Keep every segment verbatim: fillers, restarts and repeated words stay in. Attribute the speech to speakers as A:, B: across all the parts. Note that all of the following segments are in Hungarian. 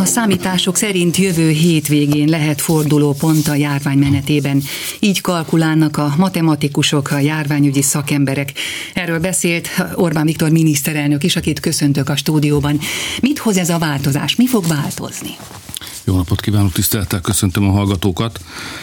A: A számítások szerint jövő hétvégén lehet fordulópont a járvány menetében. Így kalkulálnak a matematikusok, a járványügyi szakemberek. Erről beszélt Orbán Viktor miniszterelnök is, akit köszöntök a stúdióban. Mit hoz ez a változás? Mi fog változni?
B: Jó napot kívánok, tisztelettel köszöntöm a hallgatókat.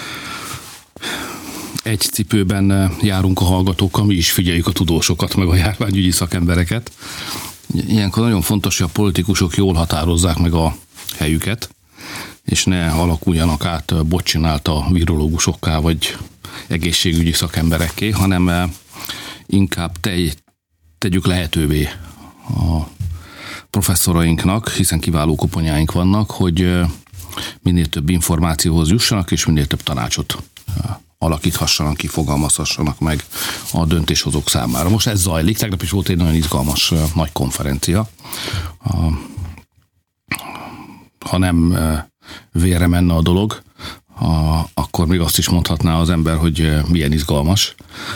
B: Egy cipőben járunk a hallgatókkal, mi is figyeljük a tudósokat, meg a járványügyi szakembereket. Ilyenkor nagyon fontos, hogy a politikusok jól határozzák meg a helyüket, és ne alakuljanak át botcsinálta virológusokká, vagy egészségügyi szakemberekké, hanem inkább tej, tegyük lehetővé a professzorainknak, hiszen kiváló koponyáink vannak, hogy minél több információhoz jussanak, és minél több tanácsot alakíthassanak, kifogalmazhassanak meg a döntéshozók számára. Most ez zajlik, tegnap is volt egy nagyon izgalmas nagy konferencia. Ha nem vérre menne a dolog, akkor még azt is mondhatná az ember, hogy milyen izgalmas.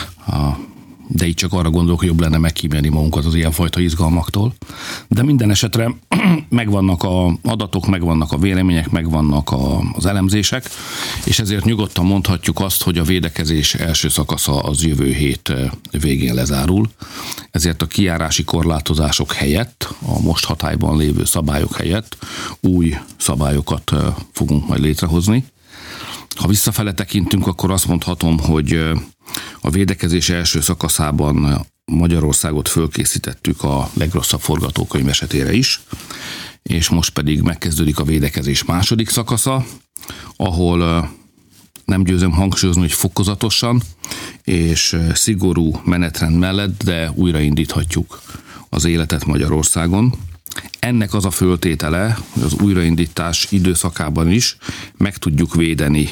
B: De így csak arra gondolok, hogy jobb lenne megkímélni magunkat az ilyenfajta izgalmaktól. De minden esetre megvannak az adatok, megvannak a vélemények, megvannak a, az elemzések, és ezért nyugodtan mondhatjuk azt, hogy a védekezés első szakasza az jövő hét végén lezárul. Ezért a kijárási korlátozások helyett, a most hatályban lévő szabályok helyett új szabályokat fogunk majd létrehozni. Ha visszafele tekintünk, akkor azt mondhatom, hogy a védekezés első szakaszában Magyarországot fölkészítettük a legrosszabb forgatókönyv esetére is, és most pedig megkezdődik a védekezés második szakasza, ahol nem győzöm hangsúlyozni, hogy fokozatosan és szigorú menetrend mellett, de újraindíthatjuk az életet Magyarországon. Ennek az a föltétele, hogy az újraindítás időszakában is meg tudjuk védeni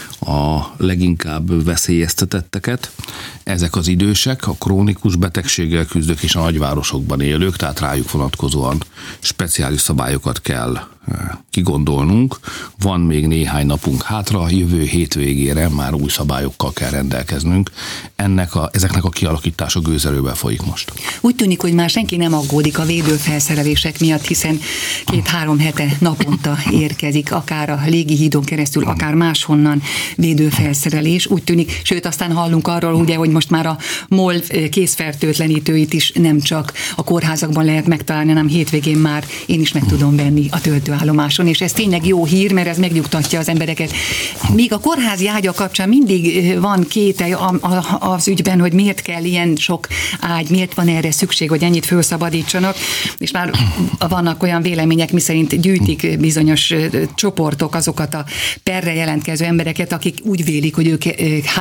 B: a leginkább veszélyeztetetteket. Ezek az idősek, a krónikus betegséggel küzdők és a nagyvárosokban élők, tehát rájuk vonatkozóan speciális szabályokat kell kigondolnunk. Van még néhány napunk hátra, jövő hétvégére már új szabályokkal kell rendelkeznünk. Ennek a, ezeknek a kialakítása gőzerővel folyik most.
A: Úgy tűnik, hogy már senki nem aggódik a védőfelszerelések miatt, hiszen két-három hete naponta érkezik, akár a légihídon keresztül, akár máshonnan védőfelszerelés. Úgy tűnik, sőt aztán hallunk arról, ugye, hogy most már a MOL kézfertőtlenítőit is nem csak a kórházakban lehet megtalálni, hanem hétvégén már én is meg tudom venni a töltőállomáson, és ez tényleg jó hír, mert ez megnyugtatja az embereket. Míg a kórházi ágyak kapcsán mindig van kételj az ügyben, hogy miért kell ilyen sok ágy, miért van erre szükség, hogy ennyit felszabadítsanak, és már vannak olyan vélemények, miszerint gyűjtik bizonyos csoportok azokat a perre jelentkező embereket, akik úgy vélik, hogy ők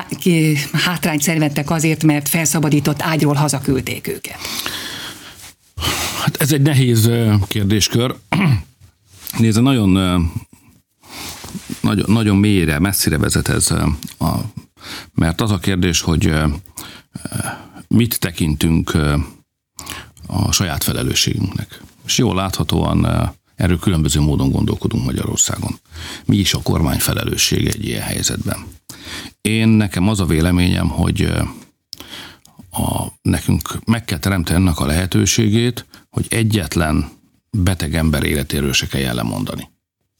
A: hátrányt szenvedtek azért, mert felszabadított ágyról hazaküldték őket.
B: Hát ez egy nehéz kérdéskör. Nézd, nagyon, nagyon, nagyon mélyre, messzire vezet ez, a, mert az a kérdés, hogy mit tekintünk a saját felelősségünknek. És jól láthatóan erről különböző módon gondolkodunk Magyarországon. Mi is a kormány felelőssége egy ilyen helyzetben? Én nekem az a véleményem, hogy a, nekünk meg kell teremteni ennek a lehetőségét, hogy egyetlen beteg ember életéről se kelljen lemondani.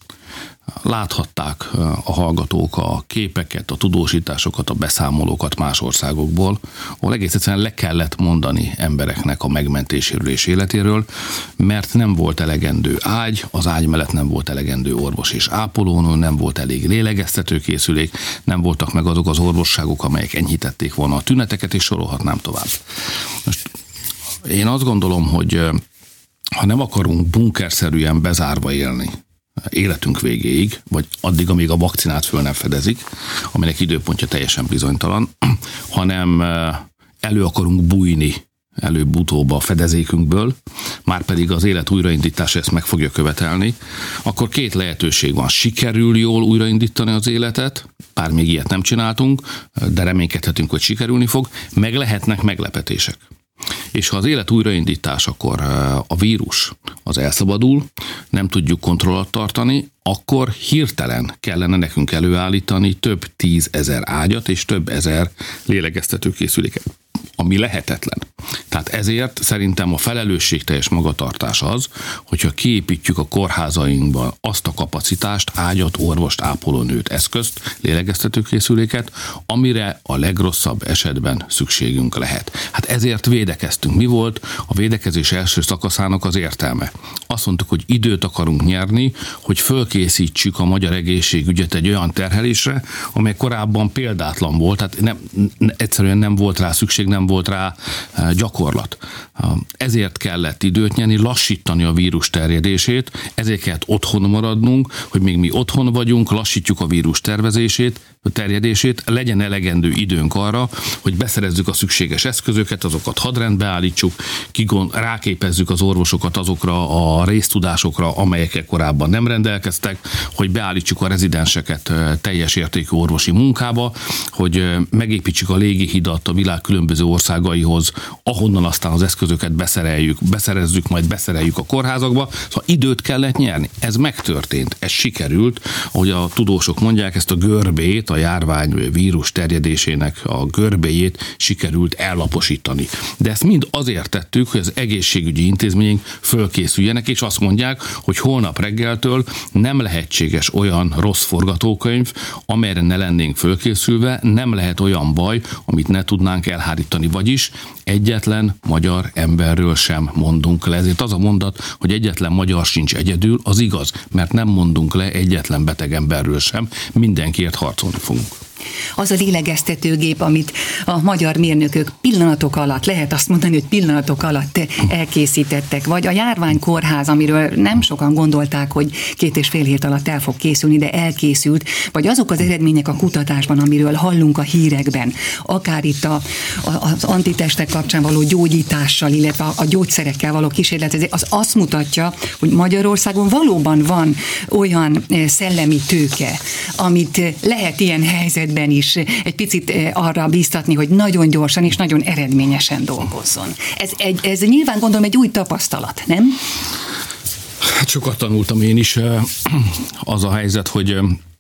B: Láthatták a hallgatók a képeket, a tudósításokat, a beszámolókat más országokból, ahol egész egyszerűen le kellett mondani embereknek a megmentéséről és életéről, mert nem volt elegendő ágy, az ágy mellett nem volt elegendő orvos és ápolónő, nem volt elég lélegeztetőkészülék, nem voltak meg azok az orvosságok, amelyek enyhítették volna a tüneteket, és sorolhatnám tovább. Most én azt gondolom, hogy ha nem akarunk bunkerszerűen bezárva élni életünk végéig, vagy addig, amíg a vakcinát föl nem fedezik, aminek időpontja teljesen bizonytalan, hanem elő akarunk bújni előbb-utóbb a fedezékünkből, már pedig az élet újraindítása ezt meg fogja követelni, akkor két lehetőség van. Sikerül jól újraindítani az életet, bár még ilyet nem csináltunk, de reménykedhetünk, hogy sikerülni fog, meg lehetnek meglepetések. És ha az élet újraindításakor a vírus az elszabadul, nem tudjuk kontroll alatt tartani, akkor hirtelen kellene nekünk előállítani több tízezer ágyat és több ezer lélegeztetőkészüléket. ami lehetetlen. Tehát ezért szerintem a felelősségteljes magatartás az, hogyha kiépítjük a kórházainkban azt a kapacitást, ágyat, orvost, ápolónőt, eszközt, lélegeztetőkészüléket, amire a legrosszabb esetben szükségünk lehet. Hát ezért védekeztünk. Mi volt a védekezés első szakaszának az értelme? Azt mondtuk, hogy időt akarunk nyerni, hogy fölkészítsük a magyar egészségügyet egy olyan terhelésre, amely korábban példátlan volt, tehát nem, egyszerűen nem volt rá szükség, nem volt rá gyakorlat. Ezért kellett időt nyerni, lassítani a vírus terjedését, ezért kellett otthon maradnunk, hogy még mi otthon vagyunk, lassítjuk a vírus tervezését, a terjedését, legyen elegendő időnk arra, hogy beszerezzük a szükséges eszközöket, azokat hadrendbe állítsuk, kigon, ráképezzük az orvosokat azokra a résztudásokra, amelyekkel korábban nem rendelkeztek, hogy beállítsuk a rezidenseket teljes értékű orvosi munkába, hogy megépítsük a légihidat a világ különböző országaihoz, ahonnan aztán az eszközöket beszereljük, beszerezzük, majd beszereljük a kórházakba. Szóval időt kellett nyerni. Ez megtörtént, ez sikerült, ahogy a tudósok mondják, ezt a görbét, a járvány vírus terjedésének a görbéjét sikerült ellaposítani. De ezt mind azért tettük, hogy az egészségügyi intézmények fölkészüljenek, és azt mondják, hogy holnap reggeltől nem lehetséges olyan rossz forgatókönyv, amelyre ne lennénk fölkészülve, nem lehet olyan baj, amit ne tudnánk elhárítani. Vagyis egyetlen magyar emberről sem mondunk le. Ezért az a mondat, hogy egyetlen magyar sincs egyedül, az igaz, mert nem mondunk le egyetlen beteg emberről sem, mindenkiért harcolni fogunk.
A: Az a lélegeztetőgép, amit a magyar mérnökök pillanatok alatt, lehet azt mondani, hogy pillanatok alatt elkészítettek, vagy a járványkórház, amiről nem sokan gondolták, hogy két és fél hét alatt el fog készülni, de elkészült, vagy azok az eredmények a kutatásban, amiről hallunk a hírekben, akár itt a, a, az antitestek kapcsán való gyógyítással, illetve a, a gyógyszerekkel való kísérletezés, az azt mutatja, hogy Magyarországon valóban van olyan szellemi tőke, amit lehet ilyen helyzetben is egy picit arra bíztatni, hogy nagyon gyorsan és nagyon eredményesen dolgozzon. Ez, egy, ez nyilván gondolom egy új tapasztalat, nem?
B: Hát sokat tanultam én is. Az a helyzet, hogy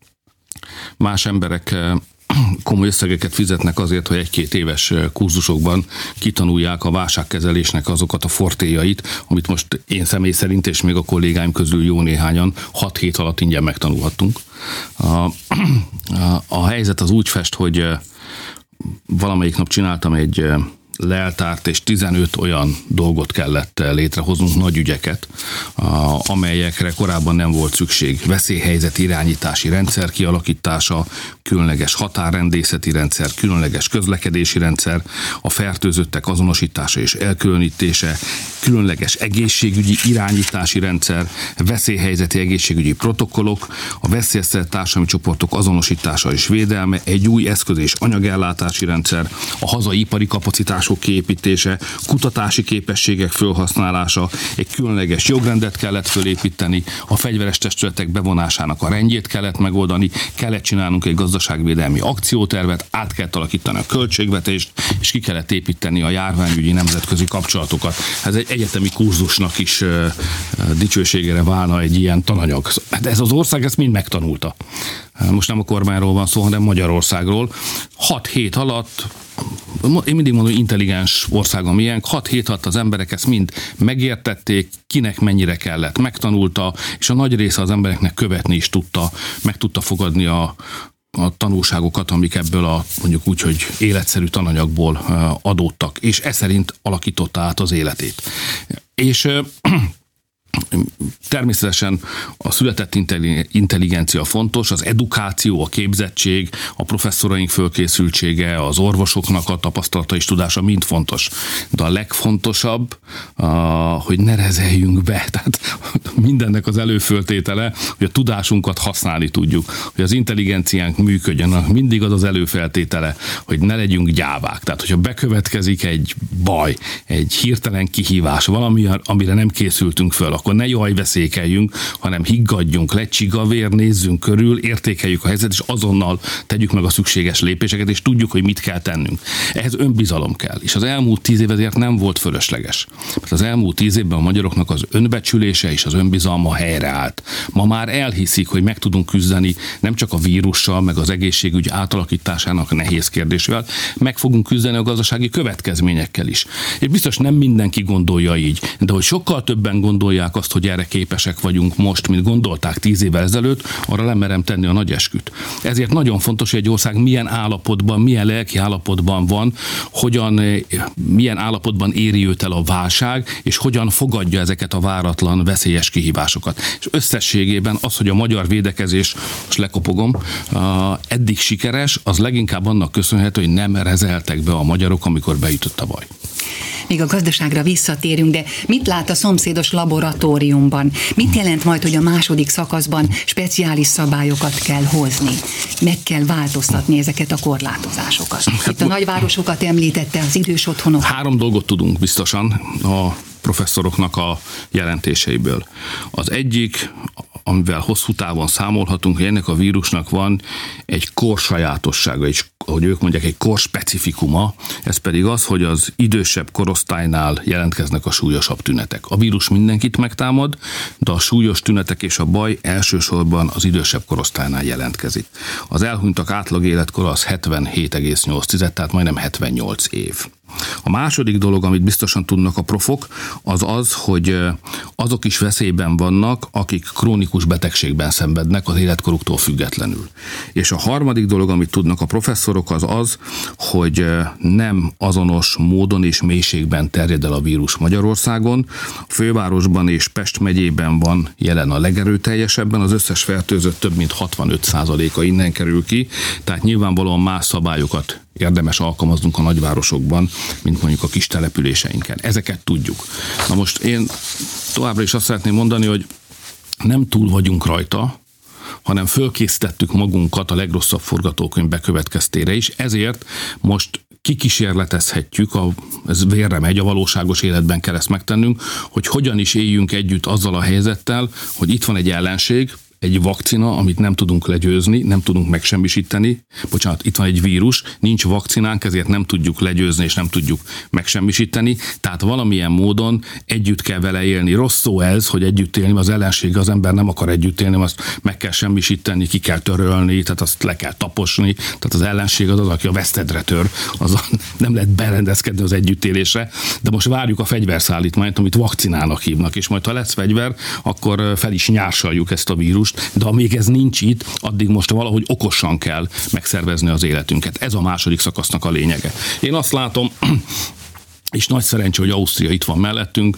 B: más emberek komoly összegeket fizetnek azért, hogy egy-két éves kurzusokban kitanulják a válságkezelésnek azokat a fortéjait, amit most én személy szerint és még a kollégáim közül jó néhányan hat hét alatt ingyen megtanulhattunk. A, a, a helyzet az úgy fest, hogy valamelyik nap csináltam egy leltárt, és tizenöt olyan dolgot kellett létrehoznunk, nagy ügyeket, amelyekre korábban nem volt szükség. Veszélyhelyzet irányítási rendszer kialakítása, különleges határrendészeti rendszer, különleges közlekedési rendszer, a fertőzöttek azonosítása és elkülönítése, különleges egészségügyi irányítási rendszer, veszélyhelyzeti egészségügyi protokollok, a veszélyeztetett társadalmi csoportok azonosítása és védelme, egy új eszköz- és anyagellátási rendszer, a hazai ipari kapacitások kiépítése, kutatási képességek felhasználása, egy különleges jogrendet kellett fölépíteni, a fegyveres testületek bevonásának a rendjét kellett megoldani, kellett csinálnunk egy gazdaságvédelmi akciótervet, át kellett alakítani a költségvetést, és ki kellett építeni a járványügyi nemzetközi kapcsolatokat. Ez egy egyetemi kurzusnak is uh, dicsőségére válna egy ilyen tananyag. De ez az ország ezt mind megtanulta. Most nem a kormányról van szó, hanem Magyarországról. Hat hét alatt, én mindig mondom, hogy intelligens ország a miénk, hat hét alatt az emberek ezt mind megértették, kinek mennyire kellett, megtanulta, és a nagy része az embereknek követni is tudta, meg tudta fogadni a, a tanulságokat, amik ebből a mondjuk úgy, hogy életszerű tananyagból adódtak, és ez szerint alakította át az életét. És természetesen a született intelligencia fontos, az edukáció, a képzettség, a professzoraink fölkészültsége, az orvosoknak a tapasztalata és tudása mind fontos. De a legfontosabb, hogy ne rezeljünk be. Tehát mindennek az előföltétele, hogy a tudásunkat használni tudjuk, hogy az intelligenciánk működjön. Mindig az az előfeltétele, hogy ne legyünk gyávák. Tehát, hogyha bekövetkezik egy baj, egy hirtelen kihívás, valami, amire nem készültünk föl, akkor ne jajveszékeljünk, hanem higgadjunk le, csigavér, nézzünk körül, értékeljük a helyzetet, és azonnal tegyük meg a szükséges lépéseket, és tudjuk, hogy mit kell tennünk. Ehhez önbizalom kell, és az elmúlt tíz év ezért nem volt fölösleges. Mert az elmúlt tíz évben a magyaroknak az önbecsülése és az önbizalma helyreállt. Ma már elhiszik, hogy meg tudunk küzdeni nem csak a vírussal, meg az egészségügy átalakításának nehéz kérdésével, meg fogunk küzdeni a gazdasági következményekkel is. És biztos nem mindenki gondolja így, de hogy sokkal többen gondolják azt, hogy erre képesek vagyunk most, mint gondolták tíz évvel ezelőtt, arra lemerem tenni a nagy esküt. Ezért nagyon fontos, hogy egy ország milyen állapotban, milyen lelki állapotban van, hogyan, milyen állapotban éri őt el a válság, és hogyan fogadja ezeket a váratlan, veszélyes kihívásokat. És összességében az, hogy a magyar védekezés, most lekopogom, eddig sikeres, az leginkább annak köszönhető, hogy nem rezeltek be a magyarok, amikor beütött a baj.
A: Még a gazdaságra visszatérünk, de mit lát a szomszédos laboratóriumban? Mit jelent majd, hogy a második szakaszban speciális szabályokat kell hozni? Meg kell változtatni ezeket a korlátozásokat. Hát itt a nagyvárosokat említette, az idős otthonok.
B: Három dolgot tudunk biztosan a professzoroknak a jelentéseiből. Az egyik, amivel hosszú távon számolhatunk, hogy ennek a vírusnak van egy korsajátossága, egy, ahogy ők mondják, egy korspecifikuma, ez pedig az, hogy az idősebb korosztálynál jelentkeznek a súlyosabb tünetek. A vírus mindenkit megtámad, de a súlyos tünetek és a baj elsősorban az idősebb korosztálynál jelentkezik. Az elhunytak átlag életkora az hetvenhét egész nyolc, tehát majdnem hetvennyolc év. A második dolog, amit biztosan tudnak a profok, az az, hogy azok is veszélyben vannak, akik krónikus betegségben szenvednek az életkoruktól függetlenül. És a harmadik dolog, amit tudnak a professzorok, az az, hogy nem azonos módon és mélységben terjed el a vírus Magyarországon. A fővárosban és Pest megyében van jelen a legerőteljesebben, az összes fertőzött több mint hatvanöt százaléka innen kerül ki, tehát nyilvánvalóan más szabályokat érdemes alkalmaznunk a nagyvárosokban, mint mondjuk a kis településeinken. Ezeket tudjuk. Na most én továbbra is azt szeretném mondani, hogy nem túl vagyunk rajta, hanem fölkészítettük magunkat a legrosszabb forgatókönyv bekövetkeztére is, ezért most kikísérletezhetjük, a, ez vérre megy, a valóságos életben kell ezt megtennünk, hogy hogyan is éljünk együtt azzal a helyzettel, hogy itt van egy ellenség, egy vakcina, amit nem tudunk legyőzni, nem tudunk megsemmisíteni. Bocsánat, itt van egy vírus, nincs vakcinánk, ezért nem tudjuk legyőzni, és nem tudjuk megsemmisíteni. Tehát valamilyen módon együtt kell vele élni. Rossz szó ez, hogy együtt élni, az ellenség az ember nem akar együtt élni, azt meg kell semmisíteni, ki kell törölni, tehát azt le kell taposni. Tehát az ellenség az az, aki a vesztedre tör, az nem lehet berendezkedni az együttélésre. De most várjuk a fegyverszállítmányt, amit vakcinának hívnak, és majd ha lesz fegyver, akkor fel is nyársaljuk ezt a vírust. De amíg ez nincs itt, addig most valahogy okosan kell megszervezni az életünket. Ez a második szakasznak a lényege. Én azt látom, és nagy szerencsé, hogy Ausztria itt van mellettünk,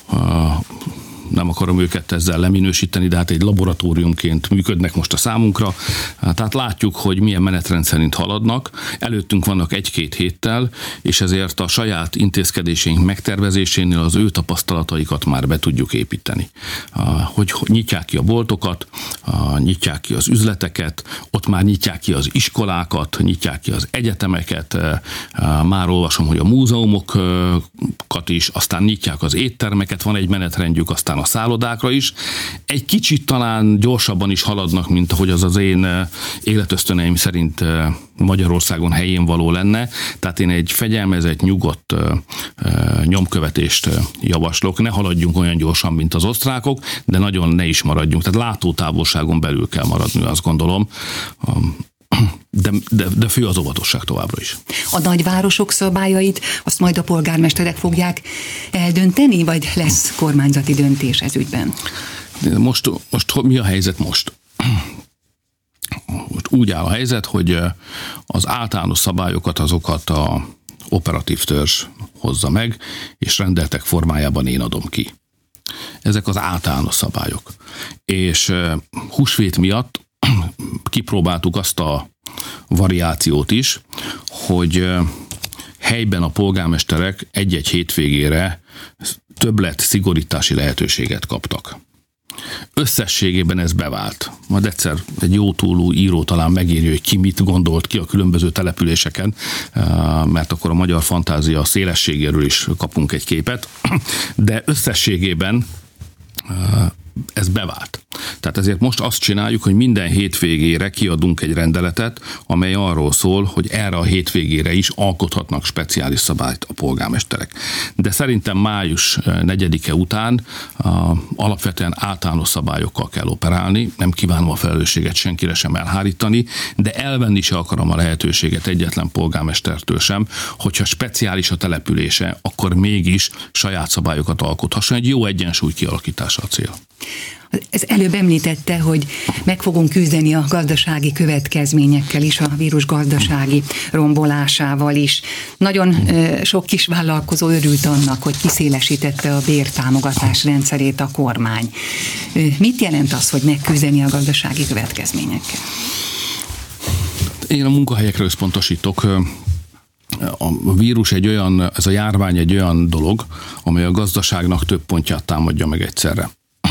B: nem akarom őket ezzel leminősíteni, de hát egy laboratóriumként működnek most a számunkra. Tehát látjuk, hogy milyen menetrend szerint haladnak. Előttünk vannak egy-két héttel, és ezért a saját intézkedéseink megtervezésénél az ő tapasztalataikat már be tudjuk építeni. Hogy nyitják ki a boltokat, nyitják ki az üzleteket, ott már nyitják ki az iskolákat, nyitják ki az egyetemeket, már olvasom, hogy a múzeumokat is, aztán nyitják az éttermeket, van egy menetrendjük, aztán a szállodákra is. Egy kicsit talán gyorsabban is haladnak, mint ahogy az az én életösztöneim szerint Magyarországon helyén való lenne. Tehát én egy fegyelmezett, nyugodt nyomkövetést javaslok. Ne haladjunk olyan gyorsan, mint az osztrákok, de nagyon ne is maradjunk. Tehát látótávolságon belül kell maradni, azt gondolom. De, de, de fő az óvatosság továbbra is.
A: A nagyvárosok szabályait azt majd a polgármesterek fogják eldönteni, vagy lesz kormányzati döntés ez ügyben?
B: Most, most mi a helyzet most? Most úgy áll a helyzet, hogy az általános szabályokat azokat a operatív törzs hozza meg, és rendeltek formájában én adom ki. Ezek az általános szabályok. És húsvét miatt kipróbáltuk azt a variációt is, hogy helyben a polgármesterek egy-egy hétvégére többlet szigorítási lehetőséget kaptak. Összességében ez bevált. Majd egyszer egy jó túlú író talán megírja, hogy ki mit gondolt ki a különböző településeken, mert akkor a magyar fantázia szélességéről is kapunk egy képet, de összességében ez bevált. Tehát ezért most azt csináljuk, hogy minden hétvégére kiadunk egy rendeletet, amely arról szól, hogy erre a hétvégére is alkothatnak speciális szabályt a polgármesterek. De szerintem május negyedike után a, alapvetően általános szabályokkal kell operálni, nem kívánom a felelősséget senkire sem elhárítani, de elvenni se akarom a lehetőséget egyetlen polgármestertől sem, hogyha speciális a települése, akkor mégis saját szabályokat alkothasson. Egy jó egyensúly kialakítása a cél.
A: Ez előbb említette, hogy meg fogunk küzdeni a gazdasági következményekkel is, a vírus gazdasági rombolásával is. Nagyon sok kisvállalkozó örült annak, hogy kiszélesítette a bértámogatás rendszerét a kormány. Mit jelent az, hogy megküzdeni a gazdasági következményekkel?
B: Én a munkahelyekre összpontosítok. A vírus egy olyan, ez a járvány egy olyan dolog, amely a gazdaságnak több pontját támadja meg egyszerre.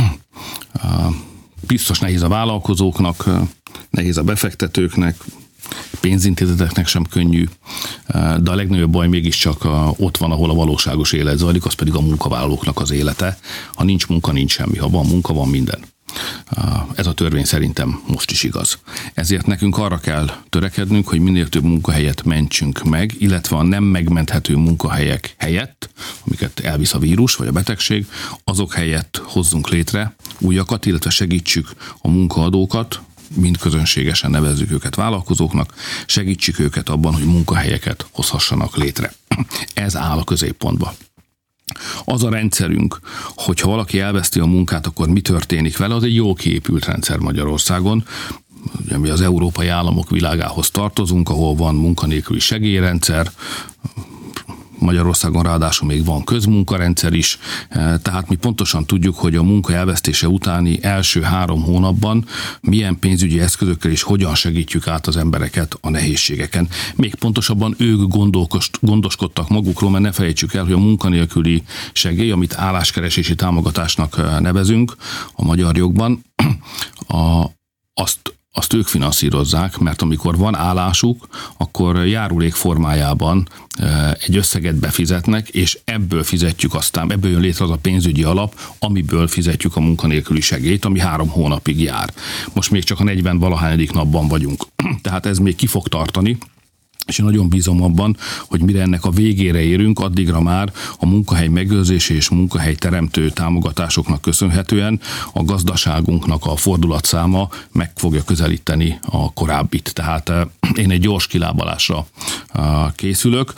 B: Biztos nehéz a vállalkozóknak, nehéz a befektetőknek, pénzintézeteknek sem könnyű, de a legnagyobb baj mégiscsak ott van, ahol a valóságos élet zajlik, az pedig a munkavállalóknak az élete. Ha nincs munka, nincs semmi. Ha van munka, van minden. Ez a törvény szerintem most is igaz. Ezért nekünk arra kell törekednünk, hogy minél több munkahelyet mentsünk meg, illetve a nem megmenthető munkahelyek helyett, amiket elvisz a vírus vagy a betegség, azok helyett hozzunk létre újakat, illetve segítsük a munkaadókat, mind közönségesen nevezzük őket vállalkozóknak, segítsük őket abban, hogy munkahelyeket hozhassanak létre. Ez áll a középpontba. Az a rendszerünk, hogyha valaki elveszti a munkát, akkor mi történik vele, az egy jól kiépült rendszer Magyarországon. Ugye mi az európai államok világához tartozunk, ahol van munkanélküli segélyrendszer, Magyarországon ráadásul még van közmunkarendszer is, tehát mi pontosan tudjuk, hogy a munka elvesztése utáni első három hónapban milyen pénzügyi eszközökkel és hogyan segítjük át az embereket a nehézségeken. Még pontosabban ők gondoskodtak magukról, mert ne felejtsük el, hogy a munkanélküli segély, amit álláskeresési támogatásnak nevezünk a magyar jogban, a, azt azt ők finanszírozzák, mert amikor van állásuk, akkor járulék formájában egy összeget befizetnek, és ebből fizetjük aztán, ebből jön létre az a pénzügyi alap, amiből fizetjük a munkanélküli segélyt, ami három hónapig jár. Most még csak a negyven valahányadik napban vagyunk. Tehát ez még ki fog tartani, és én nagyon bízom abban, hogy mire ennek a végére érünk, addigra már a munkahely megőrzése és munkahely teremtő támogatásoknak köszönhetően a gazdaságunknak a fordulatszáma meg fogja közelíteni a korábbit. Tehát én egy gyors kilábalásra készülök.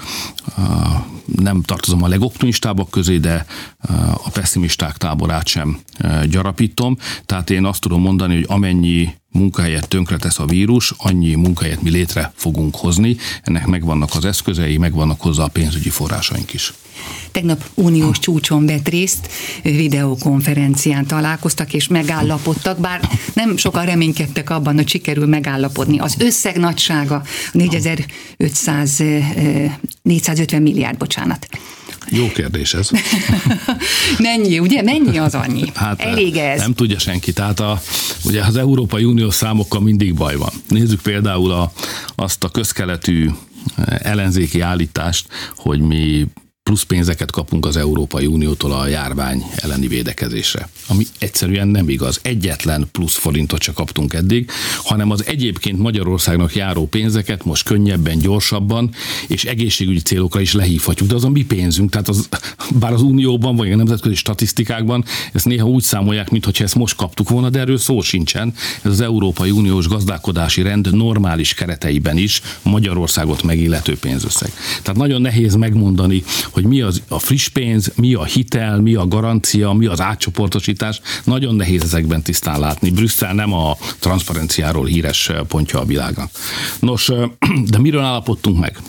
B: Nem tartozom a legoptimistábbak közé, de a pessimisták táborát sem gyarapítom. Tehát én azt tudom mondani, hogy amennyi munkahelyet tönkretesz a vírus, annyi munkahelyet mi létre fogunk hozni. Ennek megvannak az eszközei, megvannak hozzá a pénzügyi forrásaink is.
A: Tegnap uniós csúcson vett részt, videokonferencián találkoztak és megállapodtak, bár nem sokan reménykedtek abban, hogy sikerül megállapodni. Az összeg nagysága négyezer-ötszáz, négyszázötven milliárd, bocsánat.
B: Jó kérdés ez.
A: Mennyi, ugye? Mennyi az annyi?
B: Hát
A: elég ez?
B: Nem tudja senki. Tehát a, ugye az Európai Uniós számokkal mindig baj van. Nézzük például a, azt a közkeletű ellenzéki állítást, hogy mi plusz pénzeket kapunk az Európai Uniótól a járvány elleni védekezésre. Ami egyszerűen nem igaz. Egyetlen plusz forintot se kaptunk eddig, hanem az egyébként Magyarországnak járó pénzeket most könnyebben, gyorsabban és egészségügyi célokra is lehívhatjuk. De az a mi pénzünk, tehát az, bár az Unióban vagy a nemzetközi statisztikákban ezt néha úgy számolják, mintha ezt most kaptuk volna, de erről szó sincsen. Ez az Európai Uniós gazdálkodási rend normális kereteiben is Magyarországot megillető pénzösszeg. Tehát nagyon nehéz megmondani, hogy mi az a friss pénz, mi a hitel, mi a garancia, mi az átcsoportosítás. Nagyon nehéz ezekben tisztán látni. Brüsszel nem a transzparenciáról híres pontja a világnak. Nos, de miről állapodtunk meg?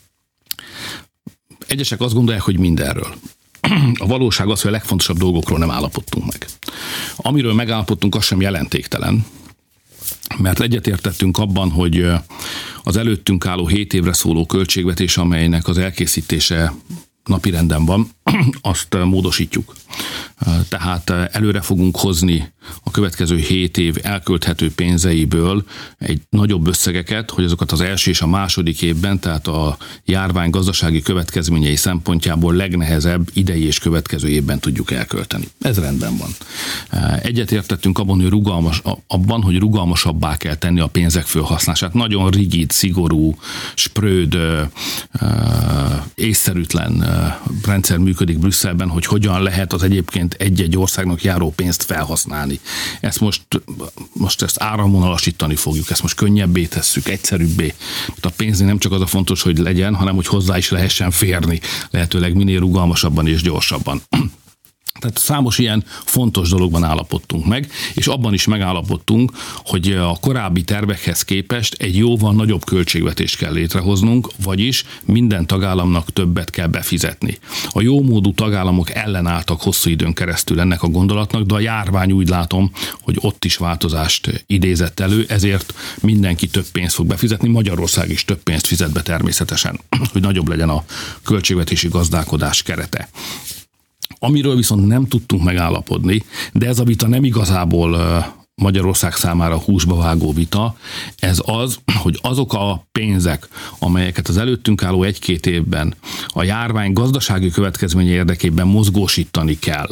B: Egyesek azt gondolják, hogy mindenről. A valóság az, hogy a legfontosabb dolgokról nem állapodtunk meg. Amiről megállapodtunk, az sem jelentéktelen, mert egyetértettünk abban, hogy az előttünk álló hét évre szóló költségvetés, amelynek az elkészítése napirenden van, azt módosítjuk. Tehát előre fogunk hozni a következő hét év elkölthető pénzeiből egy nagyobb összegeket, hogy azokat az első és a második évben, tehát a járvány gazdasági következményei szempontjából legnehezebb idei és következő évben tudjuk elkölteni. Ez rendben van. Egyetértettünk abban, hogy rugalmas, abban, hogy rugalmasabbá kell tenni a pénzek felhasználását. Nagyon rigid, szigorú, spröd, észszerűtlen rendszer működik Brüsszelben, hogy hogyan lehet az egyébként egy-egy országnak járó pénzt felhasználni. Ezt most, most ezt áramvonalasítani fogjuk, ezt most könnyebbé tesszük, egyszerűbbé. A pénznél nem csak az a fontos, hogy legyen, hanem hogy hozzá is lehessen férni, lehetőleg minél rugalmasabban és gyorsabban. Tehát számos ilyen fontos dologban állapodtunk meg, és abban is megállapodtunk, hogy a korábbi tervekhez képest egy jóval nagyobb költségvetést kell létrehoznunk, vagyis minden tagállamnak többet kell befizetni. A jómódú tagállamok ellenálltak hosszú időn keresztül ennek a gondolatnak, de a járvány úgy látom, hogy ott is változást idézett elő, ezért mindenki több pénzt fog befizetni, Magyarország is több pénzt fizet be természetesen, hogy nagyobb legyen a költségvetési gazdálkodás kerete. Amiről viszont nem tudtunk megállapodni, de ez a vita nem igazából Magyarország számára húsba vágó vita, ez az, hogy azok a pénzek, amelyeket az előttünk álló egy-két évben a járvány gazdasági következménye érdekében mozgósítani kell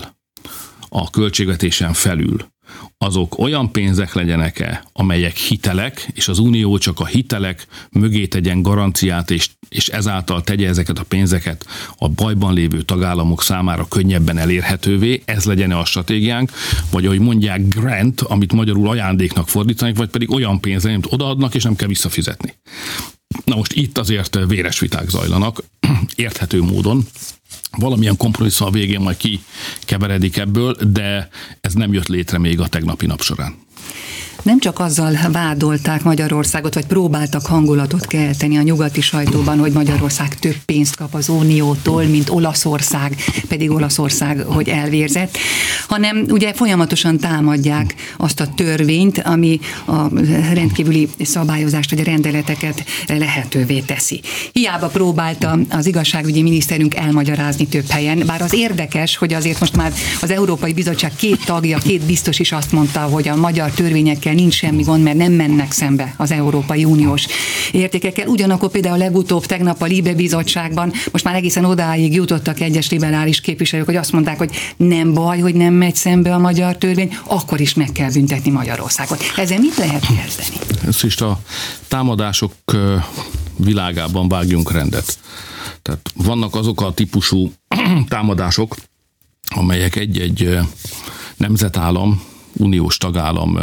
B: a költségvetésen felül, azok olyan pénzek legyenek-e, amelyek hitelek, és az Unió csak a hitelek mögé tegyen garanciát, és, és ezáltal tegye ezeket a pénzeket a bajban lévő tagállamok számára könnyebben elérhetővé, ez legyen a stratégiánk, vagy ahogy mondják grant, amit magyarul ajándéknak fordítanak, vagy pedig olyan pénz, amit odaadnak, és nem kell visszafizetni. Na most itt azért véres viták zajlanak, érthető módon, valamilyen kompromisszum a végén majd kikeveredik ebből, de ez nem jött létre még a tegnapi nap során.
A: Nem csak azzal vádolták Magyarországot, vagy próbáltak hangulatot kelteni a nyugati sajtóban, hogy Magyarország több pénzt kap az Uniótól, mint Olaszország, pedig Olaszország, hogy elvérzett, hanem ugye folyamatosan támadják azt a törvényt, ami a rendkívüli szabályozást, vagy a rendeleteket lehetővé teszi. Hiába próbálta az igazságügyi miniszterünk elmagyarázni több helyen, bár az érdekes, hogy azért most már az Európai Bizottság két tagja, két biztos is azt mondta, hogy a magyar törvényekkel nincs semmi gond, mert nem mennek szembe az Európai Uniós értékekkel. Ugyanakkor például legutóbb tegnap a Libe bizottságban most már egészen odáig jutottak egyes liberális képviselők, hogy azt mondták, hogy nem baj, hogy nem megy szembe a magyar törvény, akkor is meg kell büntetni Magyarországot. Ezzel mit lehet kezdeni?
B: Ez is a támadások világában vágjunk rendet. Tehát vannak azok a típusú támadások, amelyek egy-egy nemzetállam, uniós tagállam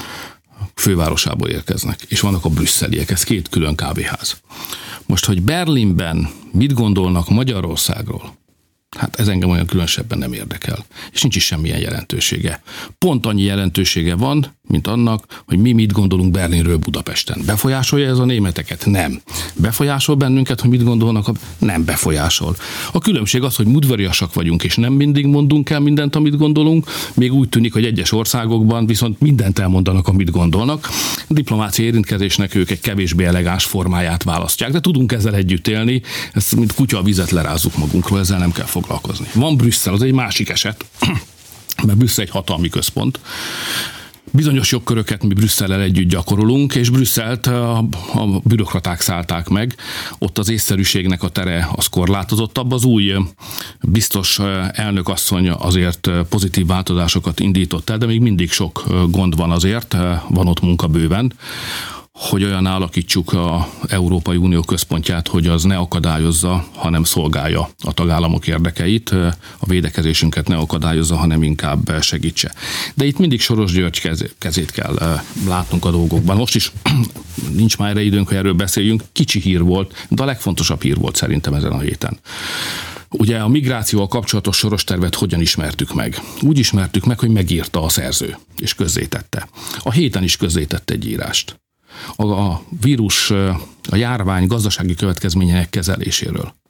B: fővárosából érkeznek, és vannak a brüsszeliek, ez két külön kávéház. Most, hogy Berlinben mit gondolnak Magyarországról, hát ez engem olyan különösebben nem érdekel, és nincs is semmilyen jelentősége. Pont annyi jelentősége van, mint annak, hogy mi mit gondolunk Berlinről Budapesten. Befolyásolja ez a németeket? Nem. Befolyásol bennünket, hogy mit gondolnak? Nem befolyásol. A különbség az, hogy udvariasak vagyunk, és nem mindig mondunk el mindent, amit gondolunk, még úgy tűnik, hogy egyes országokban viszont mindent elmondanak, amit gondolnak. A diplomáciai érintkezésnek ők egy kevésbé elegáns formáját választják, de tudunk ezzel együtt élni, ezt mint kutya a vizet lerázzuk magunkról, ezzel nem kell foglalkozni. Van Brüsszel, az egy másik eset, mert Brüsszel egy hatalmi központ. Bizonyos jogköröket mi Brüsszellel együtt gyakorolunk, és Brüsszelt a, a bürokraták szállták meg. Ott az észszerűségnek a tere az korlátozottabb. Az új biztos elnökasszony azért pozitív változásokat indított el, de még mindig sok gond van azért, van ott munka bőven, hogy olyan alakítsuk az Európai Unió központját, hogy az ne akadályozza, hanem szolgálja a tagállamok érdekeit, a védekezésünket ne akadályozza, hanem inkább segítse. De itt mindig Soros György kezét kell látnunk a dolgokban. Most is nincs már erre időnk, hogy erről beszéljünk, kicsi hír volt, de a legfontosabb hír volt szerintem ezen a héten. Ugye a migrációval kapcsolatos Soros tervet hogyan ismertük meg? Úgy ismertük meg, hogy megírta a szerző, és közzétette. A héten is közzétette egy írást. A vírus, a járvány gazdasági következményeinek kezeléséről.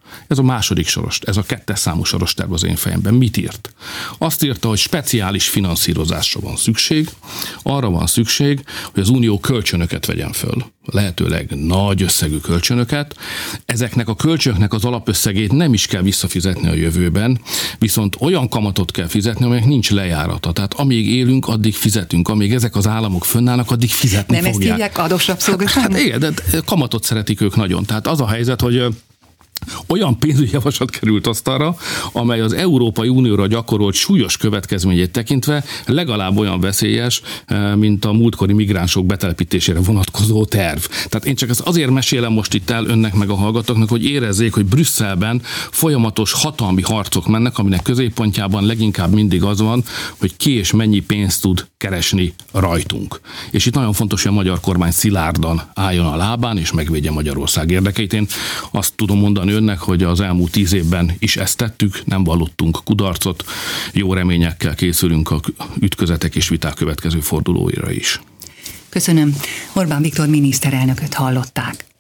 B: Ez a második soros, ez a kettes számú soros terv az én fejemben. Mit írt? Azt írta, hogy speciális finanszírozásra van szükség, arra van szükség, hogy az Unió kölcsönöket vegyen föl, lehetőleg nagy összegű kölcsönöket. Ezeknek a kölcsönöknek az alapösszegét nem is kell visszafizetni a jövőben, viszont olyan kamatot kell fizetni, amelyek nincs lejárata. Tehát amíg élünk, addig fizetünk, amíg ezek az államok fönnállnak, addig fizetni
A: nem
B: fogják.
A: Nem ezt hívják adósrabszolgaságnak?
B: Hát, hát igen, de kamatot szeretik ők nagyon. Tehát az a helyzet, hogy olyan pénzügyi javaslat került asztalra, amely az Európai Unióra gyakorolt súlyos következményét tekintve legalább olyan veszélyes, mint a múltkori migránsok betelepítésére vonatkozó terv. Tehát én csak ezt azért mesélem most itt el önnek meg a hallgatóknak, hogy érezzék, hogy Brüsszelben folyamatos hatalmi harcok mennek, aminek középpontjában leginkább mindig az van, hogy ki és mennyi pénzt tud keresni rajtunk. És itt nagyon fontos, hogy a magyar kormány szilárdan álljon a lábán, és megvédje Magyarország érdekeit. Én azt tudom mondani önnek, hogy az elmúlt tíz évben is ezt tettük, nem vallottunk kudarcot, jó reményekkel készülünk a ütközetek és viták következő fordulóira is.
A: Köszönöm. Orbán Viktor miniszterelnököt hallották.